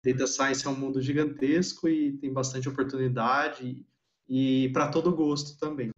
Data Science é um mundo gigantesco e tem bastante oportunidade e para todo gosto também.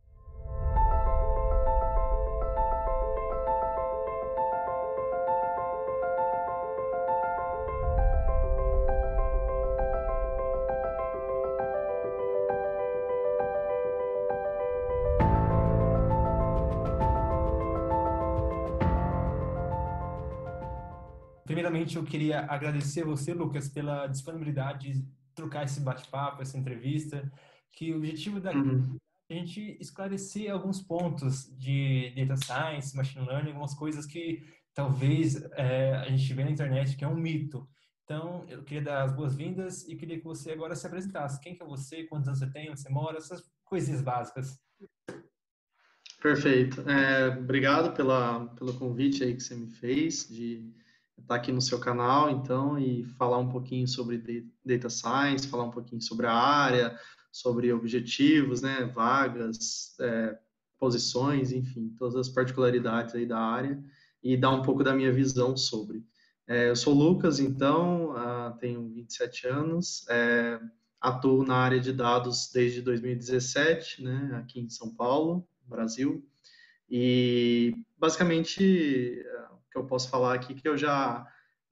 Primeiramente, eu queria agradecer a você, Lucas, pela disponibilidade de trocar esse bate-papo, essa entrevista, que o objetivo da a gente esclarecer alguns pontos de data science, machine learning, algumas coisas que talvez a gente vê na internet que é um mito. Então, eu queria dar as boas-vindas e queria que você agora se apresentasse. Quem que é você? Quantos anos você tem? Onde você mora? Essas coisinhas básicas. Perfeito. Obrigado pelo convite aí que você me fez de estar aqui no seu canal, então, e falar um pouquinho sobre Data Science, falar um pouquinho sobre a área, sobre objetivos, né, vagas, posições, enfim, todas as particularidades aí da área e dar um pouco da minha visão sobre. Eu sou o Lucas, então, tenho 27 anos, atuo na área de dados desde 2017, né, aqui em São Paulo, Brasil, e basicamente o que eu posso falar aqui é que eu já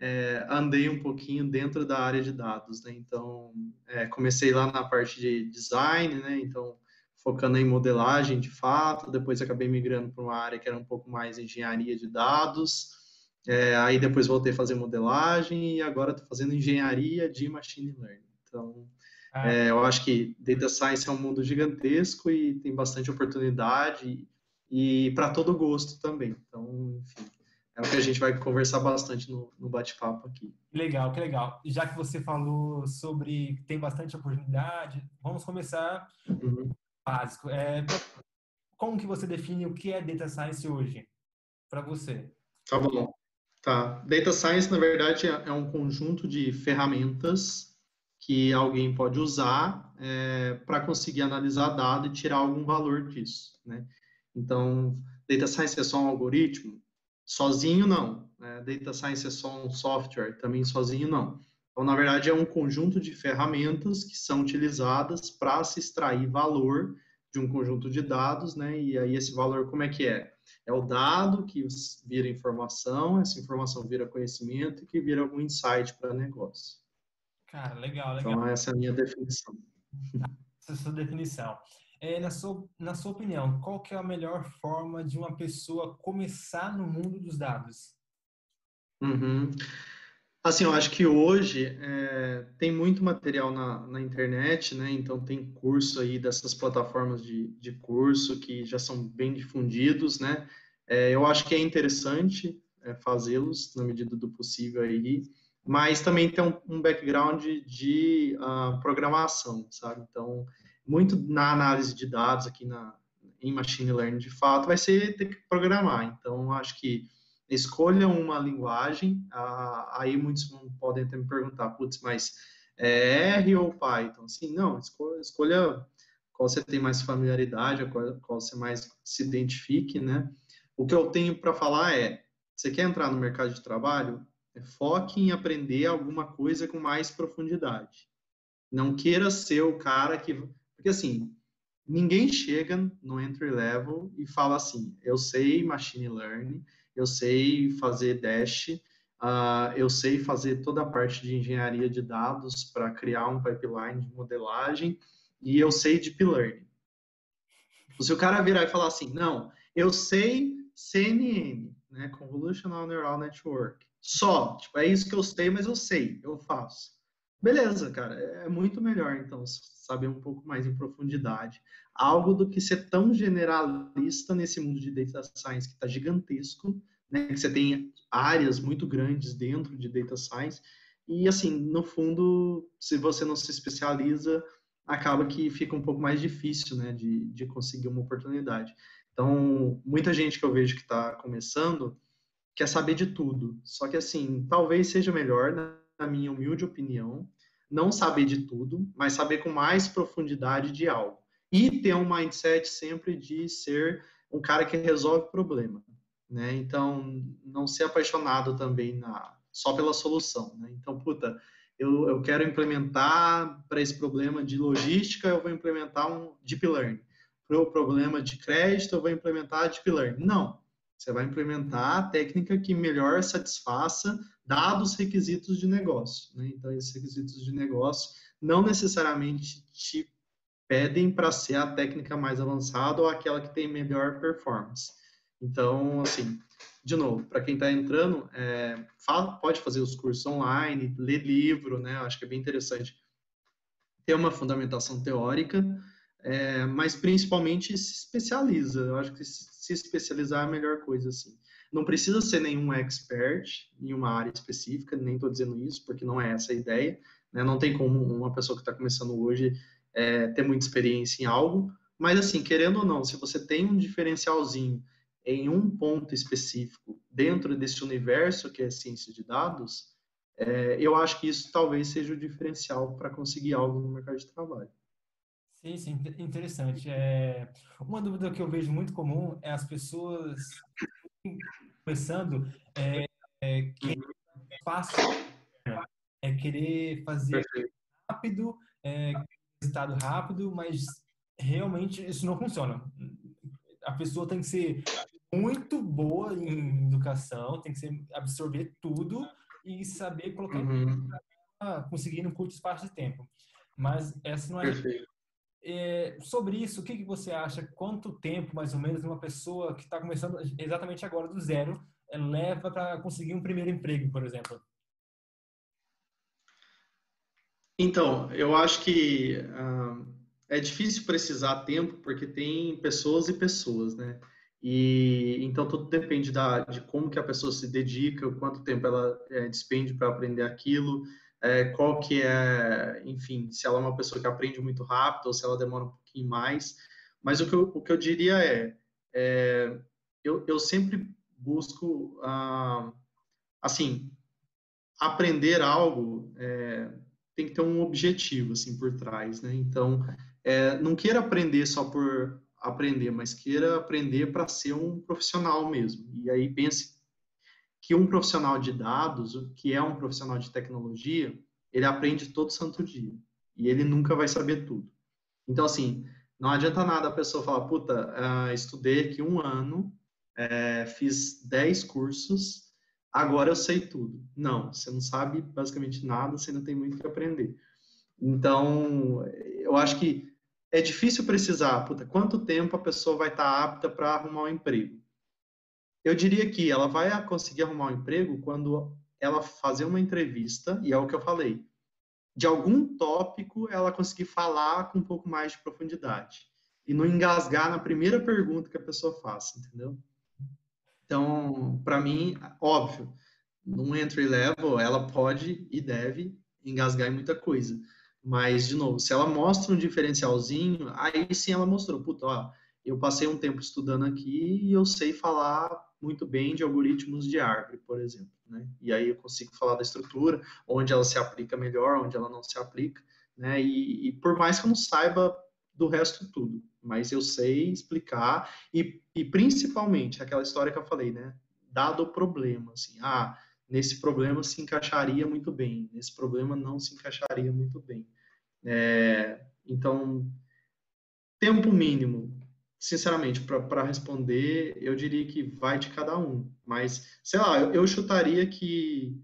andei um pouquinho dentro da área de dados, né? Então comecei lá na parte de design, né? Então focando em modelagem de fato, depois acabei migrando para uma área que era um pouco mais engenharia de dados, aí depois voltei a fazer modelagem e agora estou fazendo engenharia de machine learning. Então eu acho que Data Science é um mundo gigantesco e tem bastante oportunidade e para todo gosto também. Então, enfim, é o que a gente vai conversar bastante no bate-papo aqui. Legal, que legal. Já que você falou sobre que tem bastante oportunidade, vamos começar Uhum. básico. Como que você define o que é Data Science hoje, para você? Tá bom. Tá. Data Science, na verdade, é um conjunto de ferramentas que alguém pode usar para conseguir analisar dado e tirar algum valor disso, né? Então, Data Science é só um algoritmo? Sozinho, não. Data Science é só um software? Também sozinho, não. Então, na verdade, é um conjunto de ferramentas que são utilizadas para se extrair valor de um conjunto de dados, né? E aí, esse valor, como é que é? É o dado que vira informação, essa informação vira conhecimento e que vira algum insight para negócio. Cara, legal, legal. Então, essa é a minha definição. Essa é a sua definição. Na sua opinião, qual que é a melhor forma de uma pessoa começar no mundo dos dados? Uhum. Assim, eu acho que hoje tem muito material na internet, né? Então tem curso aí dessas plataformas de curso que já são bem difundidos, né? Eu acho que é interessante fazê-los na medida do possível aí, mas também tem um background de programação, sabe? Então, muito na análise de dados aqui em machine learning, de fato, vai ser ter que programar. Então, acho que escolha uma linguagem, aí muitos podem até me perguntar, putz, mas é R ou Python? Assim, não, escolha qual você tem mais familiaridade, qual você mais se identifique, né? O que eu tenho para falar você quer entrar no mercado de trabalho? Foque em aprender alguma coisa com mais profundidade. Não queira ser o cara que... Porque, assim, ninguém chega no entry level e fala assim, eu sei machine learning, eu sei fazer dash, eu sei fazer toda a parte de engenharia de dados para criar um pipeline de modelagem e eu sei deep learning. Se o cara virar e falar assim, não, eu sei CNN, né, Convolutional Neural Network, só, tipo, é isso que eu sei, mas eu sei, eu faço. Beleza, cara, é muito melhor, então, saber um pouco mais em profundidade. Algo do que ser tão generalista nesse mundo de data science que está gigantesco, né, que você tem áreas muito grandes dentro de data science, e, assim, no fundo, se você não se especializa, acaba que fica um pouco mais difícil, né, de conseguir uma oportunidade. Então, muita gente que eu vejo que está começando quer saber de tudo. Só que, assim, talvez seja melhor, na minha humilde opinião, não saber de tudo, mas saber com mais profundidade de algo. E ter um mindset sempre de ser um cara que resolve problema, né? Então, não ser apaixonado também só pela solução, né? Então, puta, eu quero implementar para esse problema de logística, eu vou implementar um Deep Learning. Para o problema de crédito, eu vou implementar Deep Learning. Não, você vai implementar a técnica que melhor satisfaça dados requisitos de negócio. Né? Então, esses requisitos de negócio não necessariamente te pedem para ser a técnica mais avançada ou aquela que tem melhor performance. Então, assim, de novo, para quem está entrando, pode fazer os cursos online, ler livro, né? Eu acho que é bem interessante ter uma fundamentação teórica, mas principalmente se especializa. Eu acho que se especializar é a melhor coisa, assim. Não precisa ser nenhum expert em uma área específica, nem estou dizendo isso, porque não é essa a ideia. Né? Não tem como uma pessoa que está começando hoje ter muita experiência em algo, mas assim, querendo ou não, se você tem um diferencialzinho em um ponto específico dentro desse universo que é ciência de dados, eu acho que isso talvez seja o diferencial para conseguir algo no mercado de trabalho. Sim, sim, interessante. Uma dúvida que eu vejo muito comum é as pessoas começando que Uhum. fácil, querer fazer Perfeito. rápido, resultado rápido, mas realmente isso não funciona. A pessoa tem que ser muito boa em educação, tem que absorver tudo e saber colocar em Uhum. conseguir em um curto espaço de tempo. Mas essa não é. Perfeito. Sobre isso, o que você acha? Quanto tempo, mais ou menos, uma pessoa que está começando exatamente agora do zero leva para conseguir um primeiro emprego, por exemplo? Então, eu acho que é difícil precisar tempo porque tem pessoas e pessoas, né? E então tudo depende de como que a pessoa se dedica, o quanto tempo ela despende para aprender aquilo, qual que é, enfim, se ela é uma pessoa que aprende muito rápido ou se ela demora um pouquinho mais. Mas o que eu diria eu sempre busco, assim, aprender algo tem que ter um objetivo assim por trás, né? Então, não queira aprender só por aprender, mas queira aprender para ser um profissional mesmo. E aí pense que um profissional de dados, o que é um profissional de tecnologia, ele aprende todo santo dia e ele nunca vai saber tudo. Então, assim, não adianta nada a pessoa falar, puta, estudei aqui um ano, fiz 10 cursos, agora eu sei tudo. Não, você não sabe basicamente nada, você ainda tem muito que aprender. Então, eu acho que é difícil precisar, puta, quanto tempo a pessoa vai estar apta para arrumar um emprego. Eu diria que ela vai conseguir arrumar um emprego quando ela fazer uma entrevista, e é o que eu falei, de algum tópico ela conseguir falar com um pouco mais de profundidade. E não engasgar na primeira pergunta que a pessoa faça, entendeu? Então, para mim, óbvio, num entry level, ela pode e deve engasgar em muita coisa. Mas, de novo, se ela mostra um diferencialzinho, aí sim ela mostrou, puta, ó, eu passei um tempo estudando aqui e eu sei falar muito bem de algoritmos de árvore, por exemplo, né? E aí eu consigo falar da estrutura, onde ela se aplica melhor, onde ela não se aplica, né? E por mais que eu não saiba do resto tudo, mas eu sei explicar e principalmente aquela história que eu falei, né? Dado o problema, assim, nesse problema se encaixaria muito bem, nesse problema não se encaixaria muito bem. Então, tempo mínimo, sinceramente, para responder, eu diria que vai de cada um. Mas, sei lá, eu chutaria que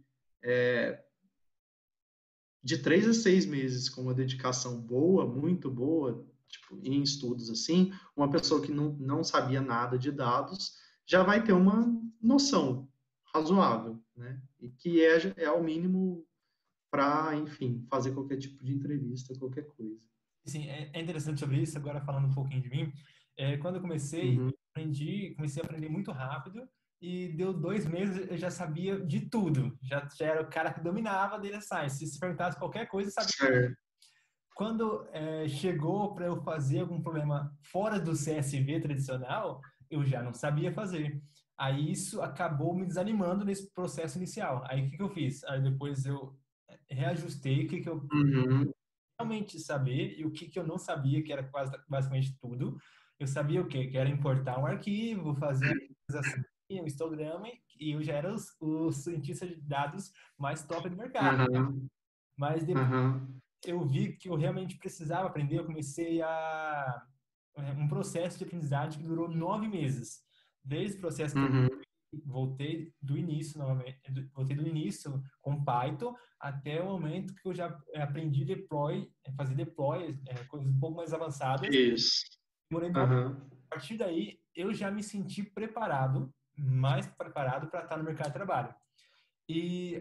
de 3 a 6 meses com uma dedicação boa, muito boa, tipo, em estudos assim, uma pessoa que não sabia nada de dados já vai ter uma noção razoável, né? E que é o mínimo para, enfim, fazer qualquer tipo de entrevista, qualquer coisa. Sim, é interessante sobre isso. Agora falando um pouquinho de mim, quando eu comecei, Uhum. comecei a aprender muito rápido e deu 2 meses eu já sabia de tudo. Já era o cara que dominava a data science. Se perguntasse qualquer coisa, eu sabia. Certo. Quando chegou para eu fazer algum problema fora do CSV tradicional, eu já não sabia fazer. Aí isso acabou me desanimando nesse processo inicial. Aí o que eu fiz? Aí depois eu reajustei o que eu Uhum. realmente saber e o que eu não sabia, que era quase basicamente tudo. Eu sabia o quê? Que era importar um arquivo, fazer uma organização, um histograma, e eu já era o cientista de dados mais top do mercado. Uhum. Mas depois Aham. eu vi que eu realmente precisava aprender, eu comecei um processo de aprendizagem que durou 9 meses. Desde o processo que eu Uhum. voltei do início novamente, voltei do início com Python até o momento que eu já aprendi deploy, fazer deploy, coisas um pouco mais avançadas. Isso. Demorei 9 meses. Aham. A partir daí, eu já me senti preparado, mais preparado para estar no mercado de trabalho. E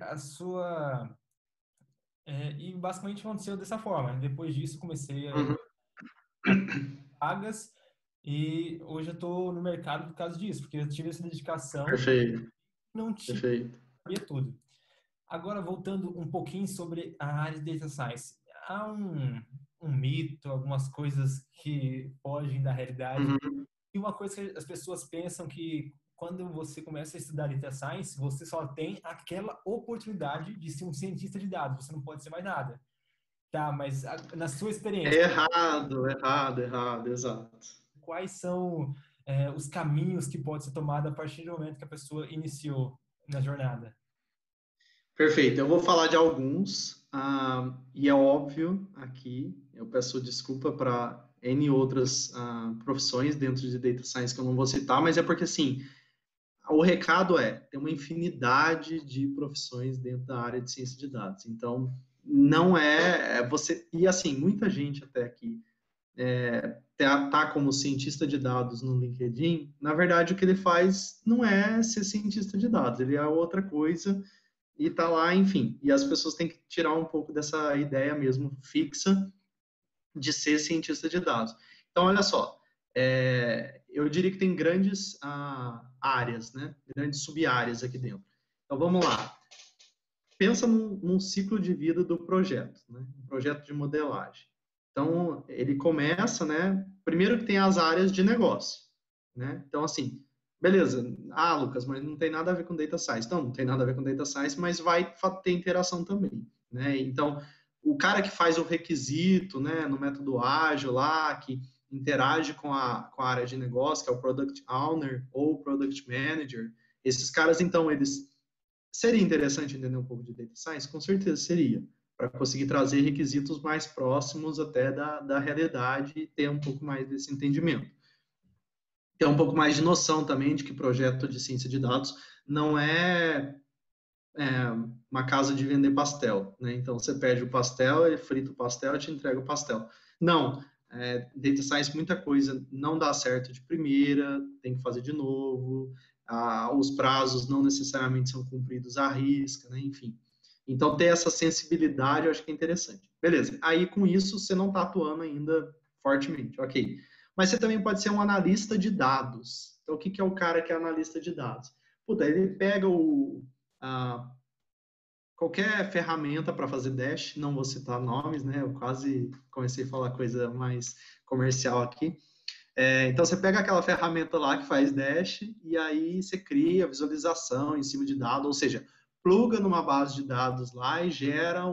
e basicamente aconteceu dessa forma. Depois disso, comecei Uhum. a vagas e hoje eu estou no mercado por causa disso, porque eu tive essa dedicação, Perfeito. não tinha Perfeito. sabia tudo. Agora, voltando um pouquinho sobre a área de Data Science. Há um mito, algumas coisas que fogem da realidade. Uhum. E uma coisa que as pessoas pensam que quando você começa a estudar Data Science, você só tem aquela oportunidade de ser um cientista de dados, você não pode ser mais nada. Tá, mas na sua experiência, Errado, errado, errado, exato. quais são os caminhos que pode ser tomado a partir do momento que a pessoa iniciou na jornada? Perfeito. Eu vou falar de alguns, e é óbvio aqui, eu peço desculpa para N outras profissões dentro de Data Science que eu não vou citar, mas é porque, assim, o recado tem uma infinidade de profissões dentro da área de ciência de dados. Então, não é você... E, assim, muita gente até aqui tá como cientista de dados no LinkedIn, na verdade, o que ele faz não é ser cientista de dados, ele é outra coisa e tá lá, enfim. E as pessoas têm que tirar um pouco dessa ideia mesmo fixa de ser cientista de dados. Então, olha só, eu diria que tem grandes áreas, né? Grandes sub-áreas aqui dentro. Então, vamos lá. Pensa num ciclo de vida do projeto, né? Um projeto de modelagem. Então, ele começa, né? Primeiro que tem as áreas de negócio, né? Então, assim, beleza. Ah, Lucas, mas não tem nada a ver com data science. Não tem nada a ver com data science, mas vai ter interação também, né? Então, o cara que faz o requisito, né, no método ágil lá, que interage com a área de negócio, que é o Product Owner ou Product Manager, esses caras, então, eles seria interessante entender um pouco de data science? Com certeza seria, para conseguir trazer requisitos mais próximos até da realidade e ter um pouco mais desse entendimento. Ter um pouco mais de noção também de que projeto de ciência de dados não é uma casa de vender pastel, né? Então você pede o pastel, ele frita o pastel e te entrega o pastel. Não, data science muita coisa não dá certo de primeira, tem que fazer de novo, os prazos não necessariamente são cumpridos à risca, né? Enfim. Então ter essa sensibilidade eu acho que é interessante. Beleza, aí com isso você não está atuando ainda fortemente, ok. Mas você também pode ser um analista de dados. Então o que é o cara que é analista de dados? Puta, ele pega a, qualquer ferramenta para fazer dash, não vou citar nomes, né? Eu quase comecei a falar coisa mais comercial aqui. Então você pega aquela ferramenta lá que faz dash e aí você cria visualização em cima de dados, ou seja, pluga numa base de dados lá e gera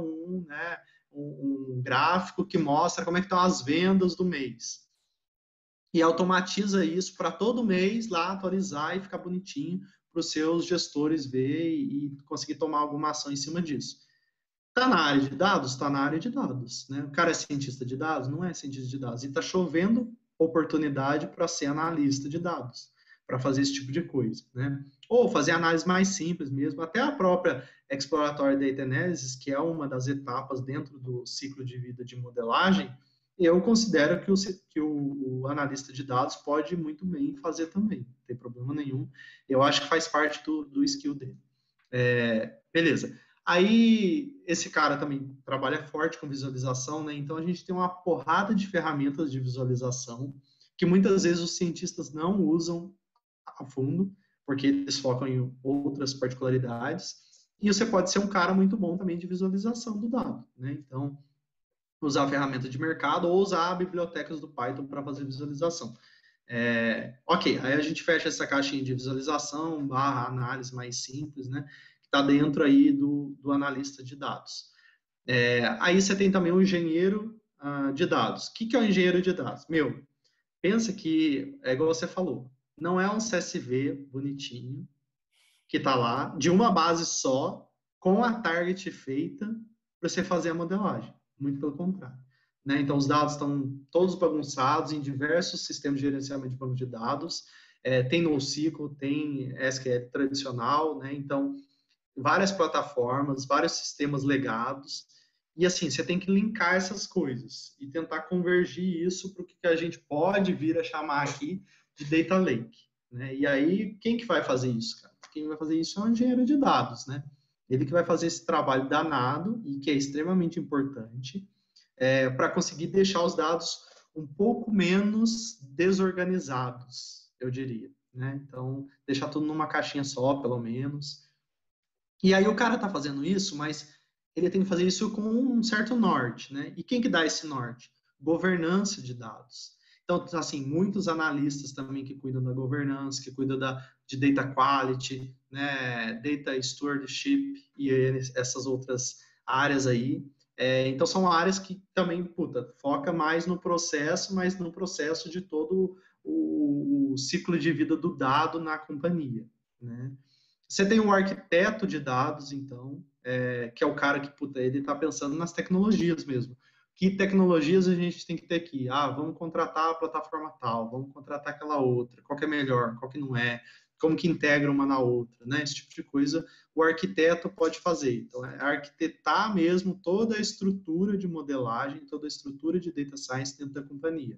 um gráfico que mostra como é que estão as vendas do mês. E automatiza isso para todo mês lá atualizar e ficar bonitinho para os seus gestores ver e conseguir tomar alguma ação em cima disso. Está na área de dados? Está na área de dados. Né? O cara é cientista de dados? Não é cientista de dados. E está chovendo oportunidade para ser analista de dados, para fazer esse tipo de coisa. Né? Ou fazer análise mais simples mesmo, até a própria Exploratory Data Analysis, que é uma das etapas dentro do ciclo de vida de modelagem, eu considero que o analista de dados pode muito bem fazer também, não tem problema nenhum. Eu acho que faz parte do skill dele. Beleza. Aí, esse cara também trabalha forte com visualização, né? Então, a gente tem uma porrada de ferramentas de visualização que muitas vezes os cientistas não usam a fundo, porque eles focam em outras particularidades. E você pode ser um cara muito bom também de visualização do dado, né? Então, usar a ferramenta de mercado ou usar bibliotecas do Python para fazer visualização. Ok, aí a gente fecha essa caixinha de visualização barra análise mais simples, né? Que está dentro aí do analista de dados. Aí você tem também o engenheiro de dados. O que é o engenheiro de dados? Meu, pensa que, é igual você falou, não é um CSV bonitinho que está lá, de uma base só, com a target feita, para você fazer a modelagem, muito pelo contrário. Né? Então, os dados estão todos bagunçados em diversos sistemas de gerenciamento de banco de dados, tem NoSQL, tem SQL tradicional, né? Então, várias plataformas, vários sistemas legados, e assim, você tem que linkar essas coisas e tentar convergir isso para o que a gente pode vir a chamar aqui de Data Lake. Né? E aí, quem que vai fazer isso, cara? Quem vai fazer isso é um engenheiro de dados, né? Ele que vai fazer esse trabalho danado e que é extremamente importante para conseguir deixar os dados um pouco menos desorganizados, eu diria. Né? Então, deixar tudo numa caixinha só, pelo menos. E aí o cara está fazendo isso, mas ele tem que fazer isso com um certo norte, né? E quem que dá esse norte? Governança de dados. Então, assim, muitos analistas também que cuidam da governança, que cuidam de data quality, né, data stewardship e essas outras áreas aí. Então, são áreas que também, foca mais no processo, mas no processo de todo o ciclo de vida do dado na companhia, né? Você tem um arquiteto de dados, então, que é o cara que, ele está pensando nas tecnologias mesmo. Que tecnologias a gente tem que ter aqui? Vamos contratar a plataforma tal, vamos contratar aquela outra, qual que é melhor, qual que não é, como que integra uma na outra, né? Esse tipo de coisa o arquiteto pode fazer. Então, é arquitetar mesmo toda a estrutura de modelagem, toda a estrutura de data science dentro da companhia.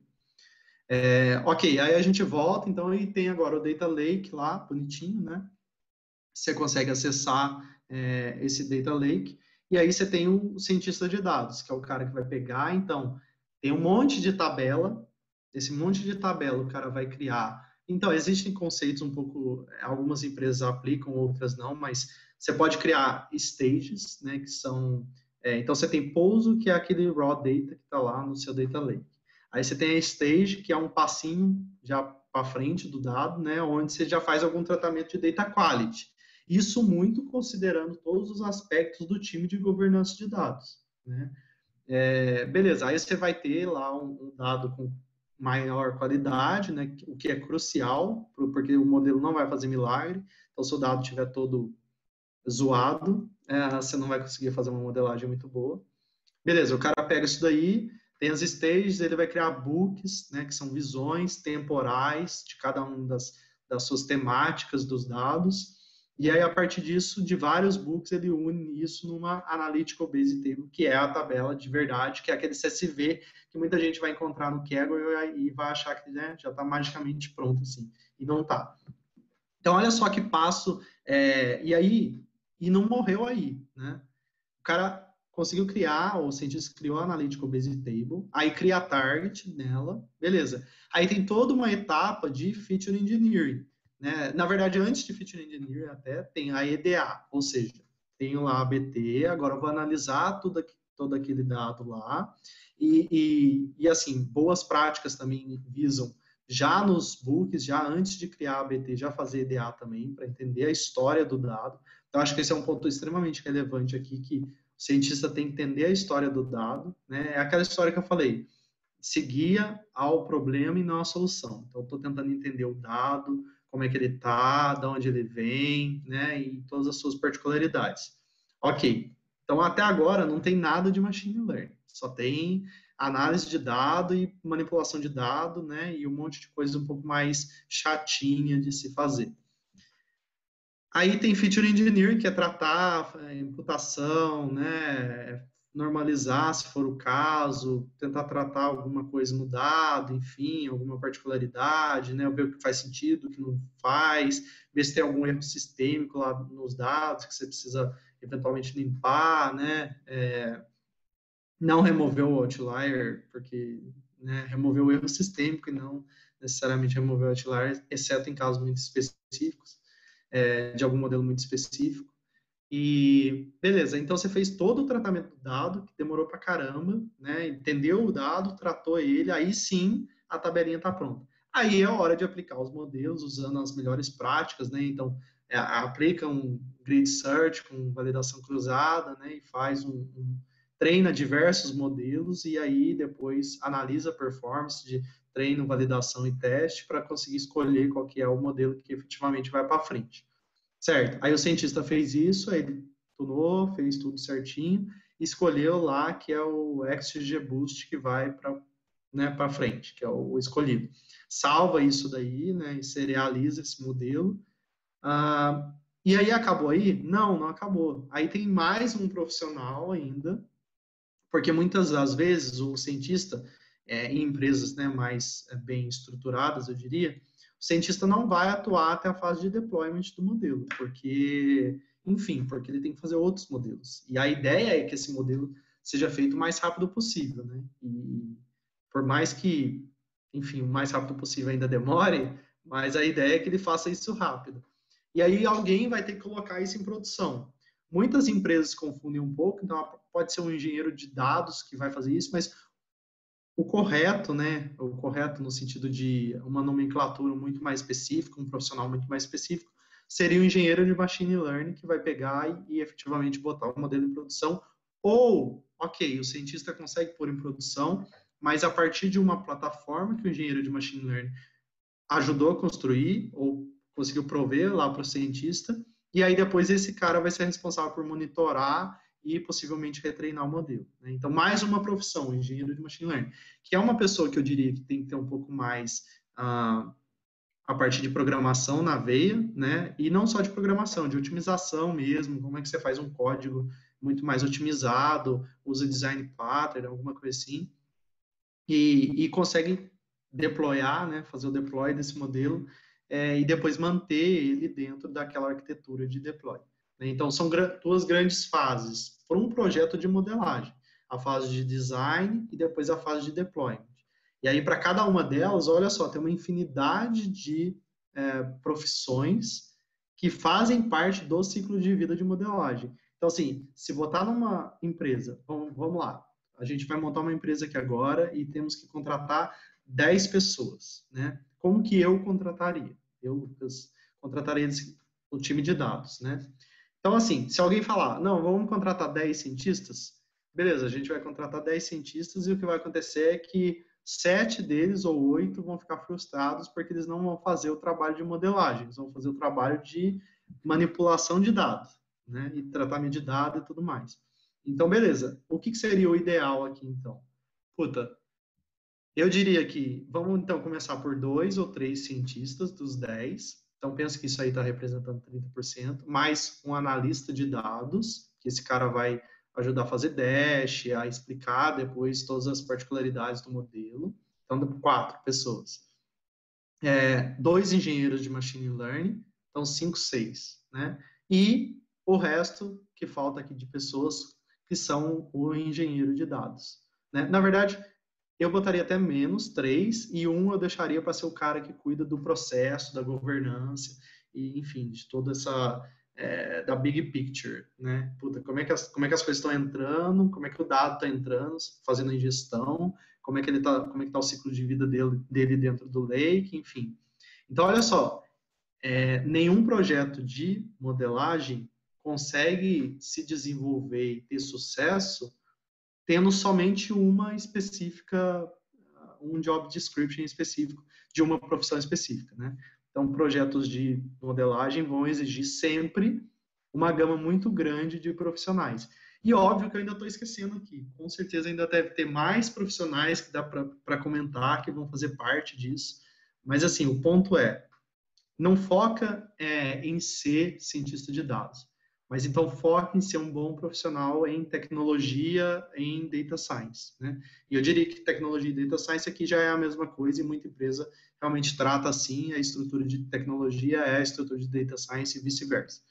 Ok, aí a gente volta, então, e tem agora o Data Lake lá, bonitinho, né? Você consegue acessar esse Data Lake, e aí você tem o cientista de dados, que é o cara que vai pegar, então, tem um monte de tabela, esse monte de tabela o cara vai criar. Então, existem conceitos um pouco, algumas empresas aplicam, outras não, mas você pode criar stages, né, que são... então, você tem pouso, que é aquele raw data que está lá no seu Data Lake. Aí você tem a stage, que é um passinho já para frente do dado, né, onde você já faz algum tratamento de data quality. Isso muito considerando todos os aspectos do time de governança de dados. Né? Beleza, aí você vai ter lá um dado com maior qualidade, né, o que é crucial, porque o modelo não vai fazer milagre. Então, se o dado estiver todo zoado, você não vai conseguir fazer uma modelagem muito boa. Beleza, o cara pega isso daí, tem as stages, ele vai criar books, né, que são visões temporais de cada uma das suas temáticas dos dados. E aí, a partir disso, de vários books, ele une isso numa Analytical Base Table, que é a tabela de verdade, que é aquele CSV que muita gente vai encontrar no Kaggle e vai achar que, né, já está magicamente pronto, assim. E não está. Então, olha só que passo. E não morreu aí, né? O cara conseguiu criar, o cientista criou a Analytical Base Table, aí cria a target nela, beleza. Aí tem toda uma etapa de Feature Engineering. Né? Na verdade, antes de Feature Engineering até tem a EDA, ou seja, tenho lá a BT, agora eu vou analisar todo aquele dado lá, e assim, boas práticas também visam já nos books, já antes de criar a BT, já fazer EDA também, para entender a história do dado. Então, acho que esse é um ponto extremamente relevante aqui, que o cientista tem que entender a história do dado, né? É aquela história que eu falei, se guia ao problema e não à solução. Então, estou tentando entender o dado, como é que ele está, de onde ele vem, né? E todas as suas particularidades. Ok. Então, até agora, não tem nada de machine learning. Só tem análise de dado e manipulação de dado, né? E um monte de coisa um pouco mais chatinha de se fazer. Aí tem Feature Engineering, que é tratar imputação, né, normalizar, se for o caso, tentar tratar alguma coisa no dado, enfim, alguma particularidade, né, ver o que faz sentido, o que não faz, ver se tem algum erro sistêmico lá nos dados que você precisa eventualmente limpar, né, não remover o outlier, porque remover o erro sistêmico e não necessariamente remover o outlier, exceto em casos muito específicos. De algum modelo muito específico. E beleza, então você fez todo o tratamento do dado, que demorou pra caramba, né? Entendeu o dado, tratou ele, aí sim a tabelinha está pronta. Aí é a hora de aplicar os modelos usando as melhores práticas, né? Então, aplica um grid search com validação cruzada, né? E faz treina diversos modelos e aí depois analisa a performance de treino, validação e teste para conseguir escolher qual que é o modelo que efetivamente vai para frente. Certo. Aí o cientista fez isso, aí ele tunou, fez tudo certinho, escolheu lá que é o XGBoost que vai para, né, para frente, que é o escolhido. Salva isso daí, né, e serializa esse modelo. E aí acabou aí? Não, não acabou. Aí tem mais um profissional ainda, porque muitas das vezes o cientista, em empresas, né, mais bem estruturadas, eu diria, o cientista não vai atuar até a fase de deployment do modelo, porque, enfim, porque ele tem que fazer outros modelos. E a ideia é que esse modelo seja feito o mais rápido possível, né? E por mais que, enfim, o mais rápido possível ainda demore, mas a ideia é que ele faça isso rápido. E aí alguém vai ter que colocar isso em produção. Muitas empresas confundem um pouco, então pode ser um engenheiro de dados que vai fazer isso, mas o correto, né? O correto no sentido de uma nomenclatura muito mais específica, um profissional muito mais específico, seria o engenheiro de machine learning que vai pegar e efetivamente botar o modelo em produção. Ou, ok, o cientista consegue pôr em produção, mas a partir de uma plataforma que o engenheiro de machine learning ajudou a construir ou conseguiu prover lá para o cientista, e aí depois esse cara vai ser responsável por monitorar e possivelmente retreinar o modelo. Né? Então, mais uma profissão, engenheiro de machine learning, que é uma pessoa que eu diria que tem que ter um pouco mais a parte de programação na veia, né? E não só de programação, de otimização mesmo, como é que você faz um código muito mais otimizado, usa design pattern, alguma coisa assim, e consegue deployar, né, fazer o deploy desse modelo e depois manter ele dentro daquela arquitetura de deploy. Né? Então, são duas grandes fases para um projeto de modelagem. A fase de design e depois a fase de deployment. E aí, para cada uma delas, olha só, tem uma infinidade de profissões que fazem parte do ciclo de vida de modelagem. Então, assim, se botar numa empresa, vamos lá, a gente vai montar uma empresa aqui agora e temos que contratar 10 pessoas, né? Como que eu contrataria? Eu, Lucas, contrataria o time de dados, né? Então, assim, se alguém falar, não, vamos contratar 10 cientistas, beleza, a gente vai contratar 10 cientistas e o que vai acontecer é que 7 deles ou 8 vão ficar frustrados porque eles não vão fazer o trabalho de modelagem, eles vão fazer o trabalho de manipulação de dados, né? E tratamento de dados e tudo mais. Então, beleza. O que seria o ideal aqui, então? Puta, eu diria que vamos então começar por 2 ou 3 cientistas dos 10. Então, penso que isso aí está representando 30%, mais um analista de dados, que esse cara vai ajudar a fazer dash, a explicar depois todas as particularidades do modelo. Então, 4 pessoas. 2 engenheiros de machine learning, então 5, 6, né? E o resto que falta aqui de pessoas que são o engenheiro de dados. Né? Na verdade, eu botaria até menos, 3, e 1 eu deixaria para ser o cara que cuida do processo, da governança, e enfim, de toda essa, da big picture, né? Puta, como é que as coisas estão entrando, como é que o dado está entrando, fazendo a ingestão, como é que tá o ciclo de vida dele dentro do lake, enfim. Então, olha só, nenhum projeto de modelagem consegue se desenvolver e ter sucesso tendo somente uma específica, um job description específico de uma profissão específica, né? Então, projetos de modelagem vão exigir sempre uma gama muito grande de profissionais. E óbvio que eu ainda estou esquecendo aqui. Com certeza ainda deve ter mais profissionais que dá para comentar, que vão fazer parte disso. Mas, assim, o ponto é, não foca em ser cientista de dados, mas então foca em ser um bom profissional em tecnologia, em data science, né? E eu diria que tecnologia e data science aqui já é a mesma coisa e muita empresa realmente trata assim, a estrutura de tecnologia é a estrutura de data science e vice-versa.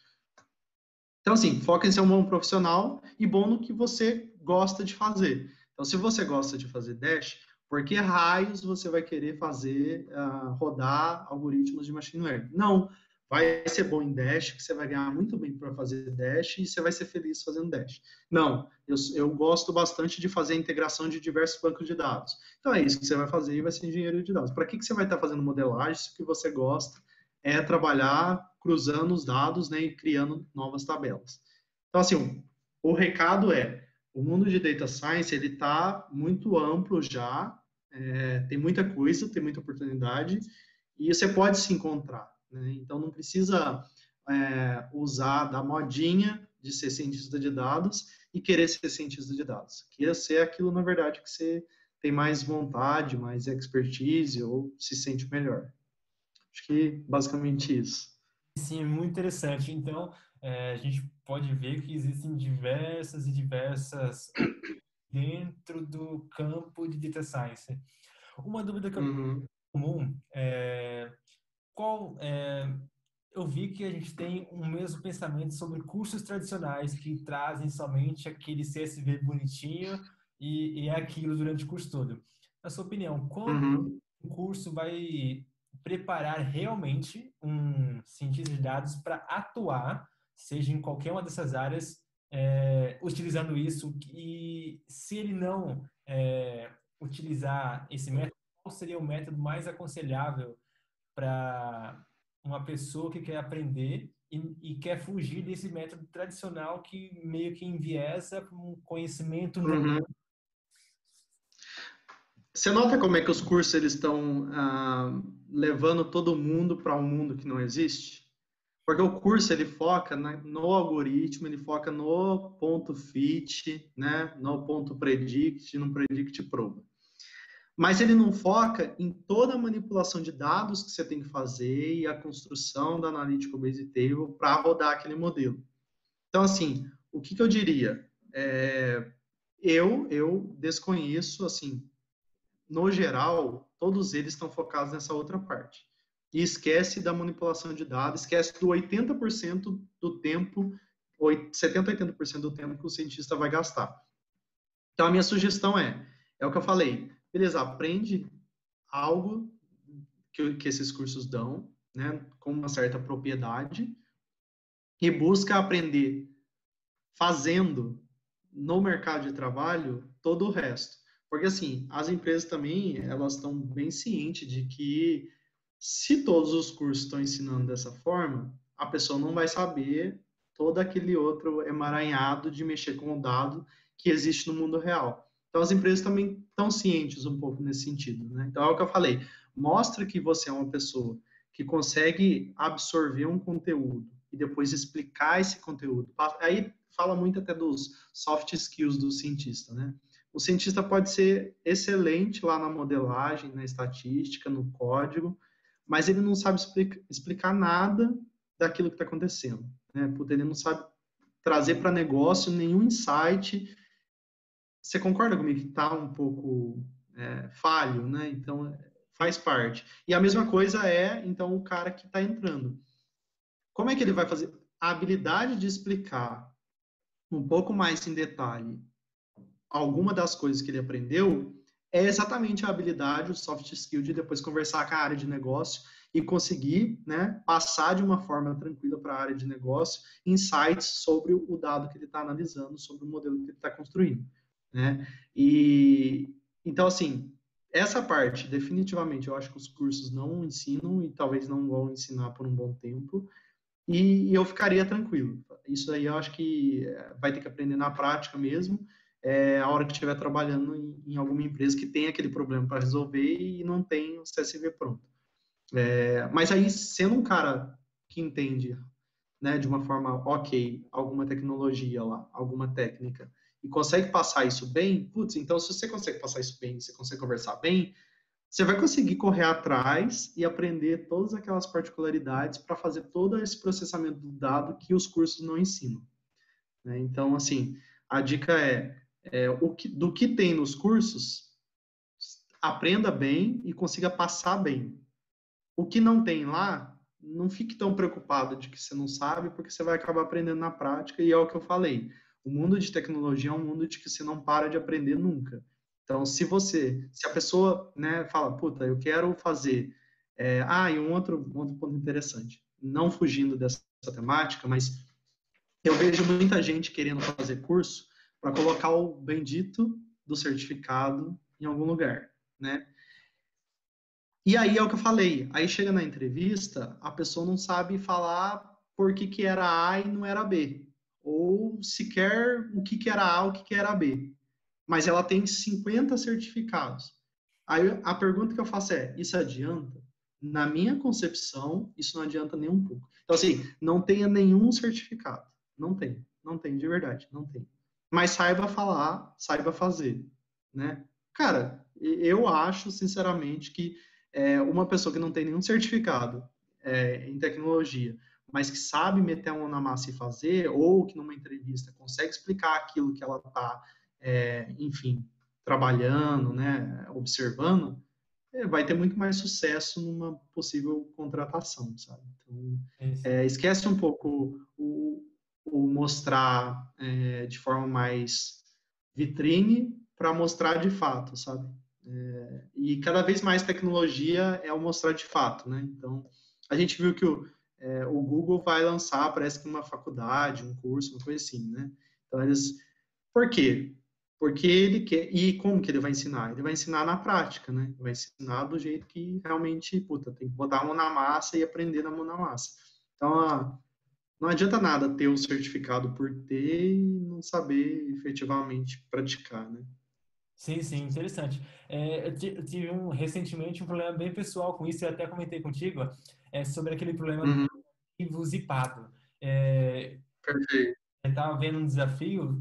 Então, assim, foca em ser um bom profissional e bom no que você gosta de fazer. Então, se você gosta de fazer Dash, por que raios você vai querer fazer, rodar algoritmos de machine learning? Não, vai ser bom em Dash, que você vai ganhar muito bem para fazer Dash e você vai ser feliz fazendo Dash. Não, eu gosto bastante de fazer a integração de diversos bancos de dados. Então, é isso que você vai fazer e vai ser engenheiro de dados. Para que você vai estar fazendo modelagem se o que você gosta é trabalhar cruzando os dados, né, e criando novas tabelas? Então, assim, o recado é, o mundo de data science ele está muito amplo já, tem muita coisa, tem muita oportunidade, e você pode se encontrar. Né? Então, não precisa usar da modinha de ser cientista de dados e querer ser cientista de dados. Querer ser aquilo, na verdade, que você tem mais vontade, mais expertise ou se sente melhor. Acho que basicamente isso. Sim, é muito interessante. Então, a gente pode ver que existem diversas e diversas dentro do campo de data science. Uma dúvida que eu tenho Uhum, comum é qual eu vi que a gente tem um mesmo pensamento sobre cursos tradicionais que trazem somente aquele CSV bonitinho e é aquilo durante o curso todo. Na sua opinião, quando uhum, o curso vai preparar realmente um cientista de dados para atuar, seja em qualquer uma dessas áreas, utilizando isso, e se ele não utilizar esse método, qual seria o método mais aconselhável para uma pessoa que quer aprender e quer fugir desse método tradicional que meio que enviesa para um conhecimento novo? uhum. Você nota como é que os cursos eles estão levando todo mundo para um mundo que não existe? Porque o curso ele foca no algoritmo, ele foca no ponto fit, né, no ponto predict, no predict proba. Mas ele não foca em toda a manipulação de dados que você tem que fazer e a construção da Analytical Base Table para rodar aquele modelo. Então, assim, o que eu diria? Eu desconheço, assim, no geral, todos eles estão focados nessa outra parte. E esquece da manipulação de dados, esquece do 80% do tempo, 70, 80% do tempo que o cientista vai gastar. Então, a minha sugestão é o que eu falei, beleza, aprende algo que esses cursos dão, né, com uma certa propriedade, e busca aprender fazendo no mercado de trabalho todo o resto. Porque, assim, as empresas também, elas estão bem cientes de que se todos os cursos estão ensinando dessa forma, a pessoa não vai saber todo aquele outro emaranhado de mexer com o dado que existe no mundo real. Então, as empresas também estão cientes um pouco nesse sentido, né? Então, é o que eu falei. Mostra que você é uma pessoa que consegue absorver um conteúdo e depois explicar esse conteúdo. Aí fala muito até dos soft skills do cientista, né? O cientista pode ser excelente lá na modelagem, na estatística, no código, mas ele não sabe explicar nada daquilo que está acontecendo, né? Porque ele não sabe trazer para negócio nenhum insight. Você concorda comigo que está um pouco falho, né? Então, faz parte. E a mesma coisa então, o cara que está entrando. Como é que ele vai fazer? A habilidade de explicar um pouco mais em detalhe alguma das coisas que ele aprendeu é exatamente a habilidade, o soft skill de depois conversar com a área de negócio e conseguir, né, passar de uma forma tranquila para a área de negócio insights sobre o dado que ele está analisando, sobre o modelo que ele está construindo, né? E então, assim, essa parte, definitivamente, eu acho que os cursos não ensinam e talvez não vão ensinar por um bom tempo. E eu ficaria tranquilo. Isso aí eu acho que vai ter que aprender na prática mesmo, a hora que estiver trabalhando em alguma empresa que tem aquele problema para resolver e não tem o CSV pronto. Mas aí, sendo um cara que entende, né, de uma forma ok, alguma tecnologia lá, alguma técnica, e consegue passar isso bem, putz, então se você consegue passar isso bem, você consegue conversar bem, você vai conseguir correr atrás e aprender todas aquelas particularidades para fazer todo esse processamento do dado que os cursos não ensinam, né? Então, assim, a dica do que tem nos cursos, aprenda bem e consiga passar bem. O que não tem lá, não fique tão preocupado de que você não sabe, porque você vai acabar aprendendo na prática, e é o que eu falei. O mundo de tecnologia é um mundo de que você não para de aprender nunca. Então, se a pessoa, né, fala, puta, eu quero fazer, e um outro ponto interessante, não fugindo dessa temática, mas eu vejo muita gente querendo fazer curso para colocar o bendito do certificado em algum lugar, né? E aí é o que eu falei. Aí chega na entrevista, a pessoa não sabe falar por que era A e não era B. Ou sequer o que era A, o que era B. Mas ela tem 50 certificados. Aí a pergunta que eu faço isso adianta? Na minha concepção, isso não adianta nem um pouco. Então, assim, não tenha nenhum certificado. Não tem. Não tem, de verdade, não tem. mas saiba falar, saiba fazer, né? Cara, eu acho, sinceramente, que uma pessoa que não tem nenhum certificado em tecnologia, mas que sabe meter a mão na massa e fazer, ou que numa entrevista consegue explicar aquilo que ela está, enfim, trabalhando, né, observando, vai ter muito mais sucesso numa possível contratação, sabe? Então, Sim. esquece um pouco o mostrar de forma mais vitrine para mostrar de fato, sabe? E cada vez mais tecnologia é o mostrar de fato, né? Então, a gente viu que o Google vai lançar, parece que uma faculdade, um curso, uma coisa assim, né? Então, por quê? Porque ele quer. E como que ele vai ensinar? Ele vai ensinar na prática, né? Ele vai ensinar do jeito que realmente, puta, tem que botar a mão na massa e aprender na mão na massa. Então, não adianta nada ter o certificado por ter e não saber efetivamente praticar, né? Sim, sim, interessante. Eu tive recentemente um problema bem pessoal com isso, eu até comentei contigo, sobre aquele problema do Uhum, arquivo zipado. É, perfeito. eu estava vendo um desafio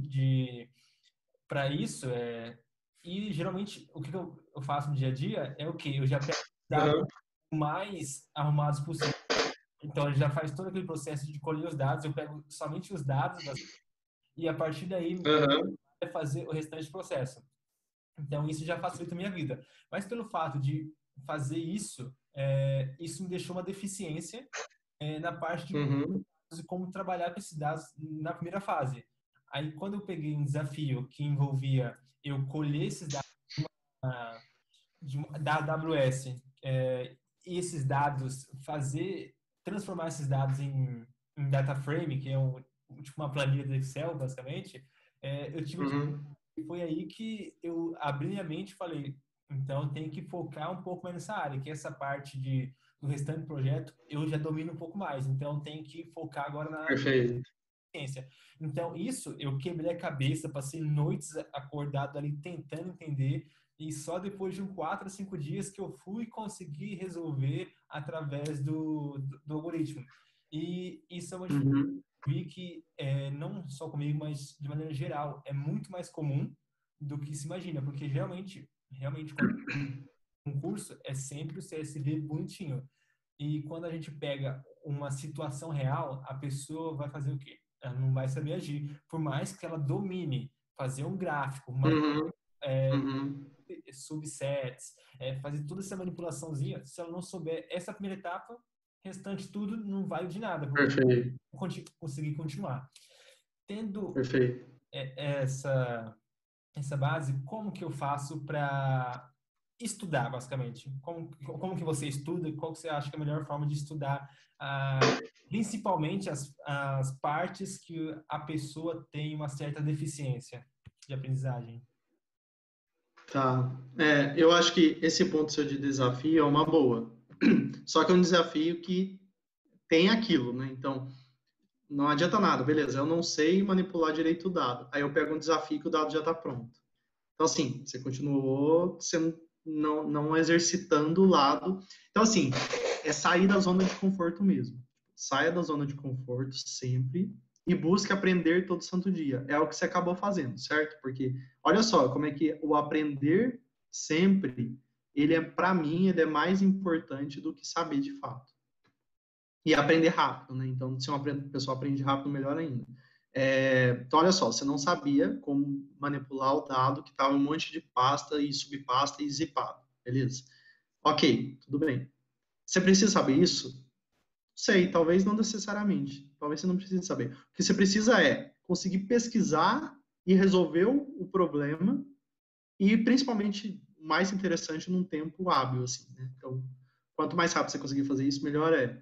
para isso, e geralmente o que eu faço no dia a dia é o quê? Eu já pego os dados Uhum, o mais arrumados possível. Então, ele já faz todo aquele processo de colher os dados, eu pego somente os dados e a partir daí uhum, vai fazer o restante do processo. Então, isso já facilita a minha vida. Mas pelo fato de fazer isso, isso me deixou uma deficiência na parte de uhum, como trabalhar com esses dados na primeira fase. Aí, quando eu peguei um desafio que envolvia eu colher esses dados ah, da AWS, e esses dados, transformar esses dados em data frame, que é tipo uma planilha do Excel, basicamente, eu tive que uhum. e foi aí que eu abri minha mente e falei, então tem que focar um pouco mais nessa área, que essa parte do restante do projeto eu já domino um pouco mais, então tem que focar agora na Perfeito. ciência. Então isso eu quebrei a cabeça, passei noites acordado ali tentando entender e só depois de 4 a 5 dias que eu fui conseguir resolver através do algoritmo. E isso é uma dificuldade Uhum, vi que não só comigo, mas de maneira geral, é muito mais comum do que se imagina, porque realmente quando um curso é sempre o CSV bonitinho. E quando a gente pega uma situação real, a pessoa vai fazer o quê? Ela não vai saber agir, por mais que ela domine fazer um gráfico, uhum, é, uhum. subsets, fazer toda essa manipulaçãozinha, se ela não souber essa primeira etapa, restante tudo não vale de nada, porque Perfeito, não conseguir continuar. Tendo perfeito. essa base, como que eu faço para estudar, basicamente? Como que você estuda e qual que você acha que é a melhor forma de estudar, principalmente as partes que a pessoa tem uma certa deficiência de aprendizagem? Tá. Eu acho que esse ponto seu de desafio é uma boa. Só que é um desafio que tem aquilo, né? Então, não adianta nada, beleza, eu não sei manipular direito o dado. Aí eu pego um desafio que o dado já está pronto. Então, assim, você continuou sendo, não exercitando o lado. Então, assim, é sair da zona de conforto mesmo. Saia da zona de conforto sempre e busque aprender todo santo dia. É o que você acabou fazendo, certo? Porque olha só como é que o aprender sempre, para mim, ele é mais importante do que saber de fato. E aprender rápido, né? Então, se uma pessoa aprende rápido, melhor ainda. Então, olha só, você não sabia como manipular o dado que estava um monte de pasta e subpasta e zipado, beleza? Ok, tudo bem. Você precisa saber isso? Sei, talvez não necessariamente. Talvez você não precise saber. O que você precisa é conseguir pesquisar e resolver o problema e, principalmente, mais interessante, num tempo hábil, assim, né? Então, quanto mais rápido você conseguir fazer isso, melhor é.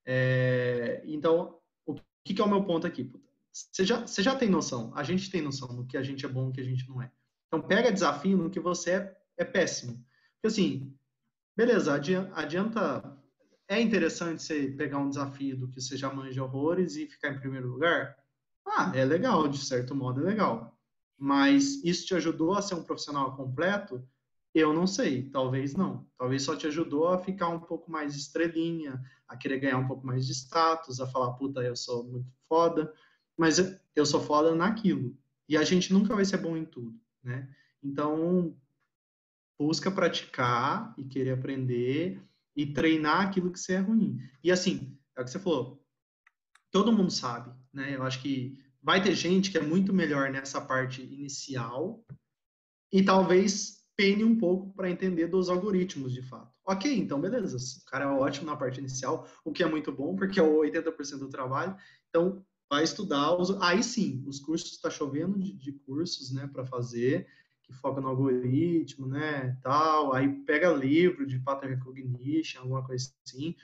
Então, o que é o meu ponto aqui? Você já tem noção, a gente tem noção do que a gente é bom e do que a gente não é. Então, pega desafio no que você é péssimo. Porque, assim, beleza, adianta. É interessante você pegar um desafio do que você já manja horrores e ficar em primeiro lugar? Ah, é legal, de certo modo é legal. Mas isso te ajudou a ser um profissional completo? Eu não sei, talvez não. Talvez só te ajudou a ficar um pouco mais estrelinha, a querer ganhar um pouco mais de status, a falar, puta, eu sou muito foda, mas eu sou foda naquilo. E a gente nunca vai ser bom em tudo, né? Então, busca praticar e querer aprender e treinar aquilo que você é ruim. E assim, é o que você falou, todo mundo sabe, né? Eu acho que vai ter gente que é muito melhor nessa parte inicial e talvez pene um pouco para entender dos algoritmos de fato. Ok, então beleza, o cara é ótimo na parte inicial, o que é muito bom, porque é o 80% do trabalho. Então, vai estudar, aí sim, os cursos, está chovendo de cursos, né, para fazer, que foca no algoritmo, né, tal, aí pega livro de pattern recognition, alguma coisa assim,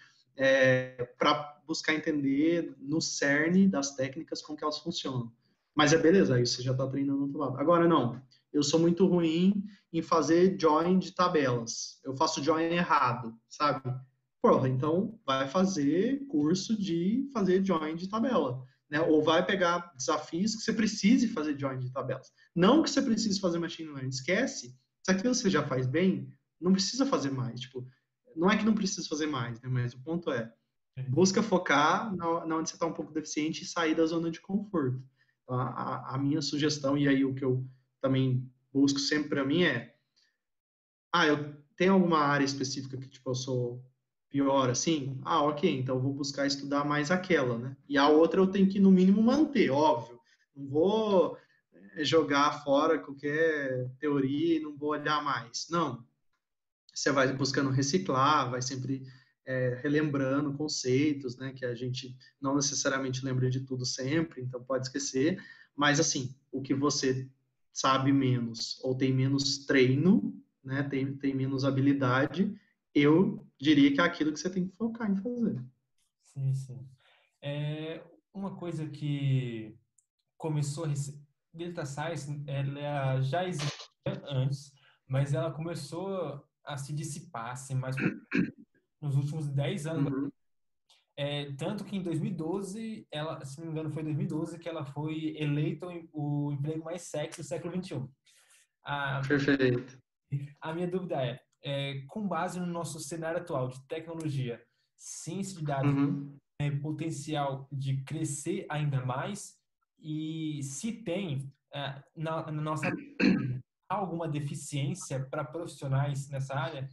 para buscar entender no cerne das técnicas como que elas funcionam. Mas é beleza, aí você já está treinando no outro lado. Agora, não, eu sou muito ruim em fazer join de tabelas. Eu faço join errado, sabe? Porra, então vai fazer curso de fazer join de tabela, né? Ou vai pegar desafios que você precise fazer join de tabelas. Não que você precise fazer machine learning, esquece. Se aquilo você já faz bem, não precisa fazer mais. Tipo, não é que não precisa fazer mais, né? Mas o ponto é, busca focar na onde você está um pouco deficiente e sair da zona de conforto. A minha sugestão, e aí o que eu também busco sempre para mim eu tenho alguma área específica que, tipo, eu sou pior, assim? Ah, ok, então eu vou buscar estudar mais aquela, né? E a outra eu tenho que, no mínimo, manter, óbvio. Não vou jogar fora qualquer teoria e não vou olhar mais. Não, você vai buscando reciclar, vai sempre relembrando conceitos, né, que a gente não necessariamente lembra de tudo sempre, então pode esquecer, mas assim, o que você sabe menos ou tem menos treino, né, tem menos habilidade, eu diria que é aquilo que você tem que focar em fazer. Sim, sim. Uma coisa que começou, Data Science, ela já existia antes, mas ela começou a se dissipar, assim, mais nos últimos 10 anos. Uhum. Tanto que em 2012, ela, se não me engano, foi em 2012 que ela foi eleita o emprego mais sexy do século XXI. A, Perfeito. a minha dúvida com base no nosso cenário atual de tecnologia, ciência de dados, Uhum. potencial de crescer ainda mais? E se tem, na nossa alguma deficiência para profissionais nessa área?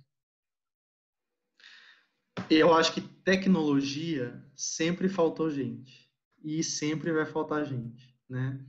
Eu acho que tecnologia sempre faltou gente e sempre vai faltar gente, né?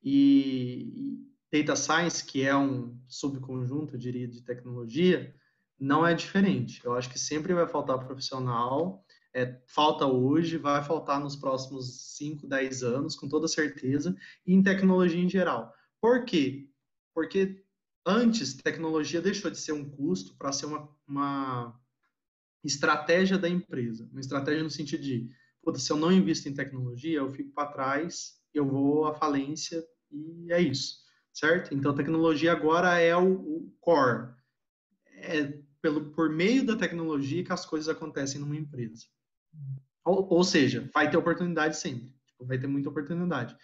E data science, que é um subconjunto, eu diria, de tecnologia, não é diferente. Eu acho que sempre vai faltar profissional, falta hoje, vai faltar nos próximos 5, 10 anos, com toda certeza, e em tecnologia em geral. Por quê? Porque antes, tecnologia deixou de ser um custo para ser uma estratégia da empresa. Uma estratégia no sentido de, se eu não invisto em tecnologia, eu fico para trás, eu vou à falência e é isso, certo? Então, tecnologia agora é o core. É por meio da tecnologia que as coisas acontecem numa empresa. Ou seja, vai ter oportunidade sempre. Tipo, vai ter muita oportunidade.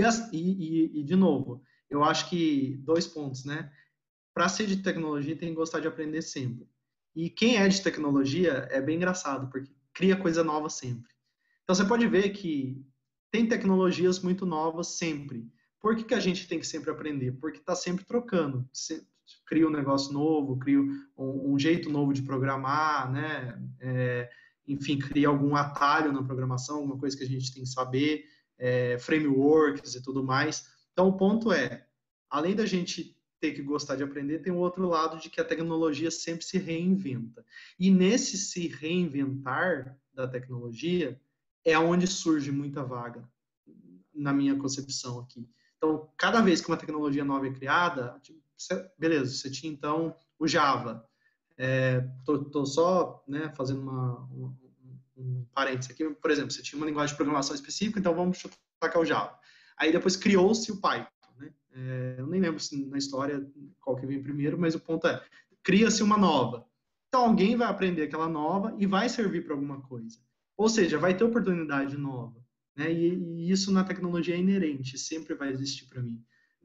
E, de novo, eu acho que 2 pontos, né? Para ser de tecnologia, tem que gostar de aprender sempre. E quem é de tecnologia é bem engraçado, porque cria coisa nova sempre. Então você pode ver que tem tecnologias muito novas sempre. Por que a gente tem que sempre aprender? Porque está sempre trocando. Você cria um negócio novo, cria um jeito novo de programar, né? Enfim, cria algum atalho na programação, alguma coisa que a gente tem que saber, frameworks e tudo mais. Então o ponto além da gente ter que gostar de aprender, tem o outro lado de que a tecnologia sempre se reinventa. E nesse se reinventar da tecnologia é onde surge muita vaga, na minha concepção aqui. Então, cada vez que uma tecnologia nova é criada, beleza, você tinha então o Java. Tô só fazendo um parênteses aqui. Por exemplo, você tinha uma linguagem de programação específica, então vamos chutar que é o Java. Aí depois criou-se o Python. Né? Eu nem lembro na história qual que vem primeiro, mas o ponto cria-se uma nova. Então alguém vai aprender aquela nova e vai servir para alguma coisa. Ou seja, vai ter oportunidade nova. Né? E isso na tecnologia é inerente, sempre vai existir para mim.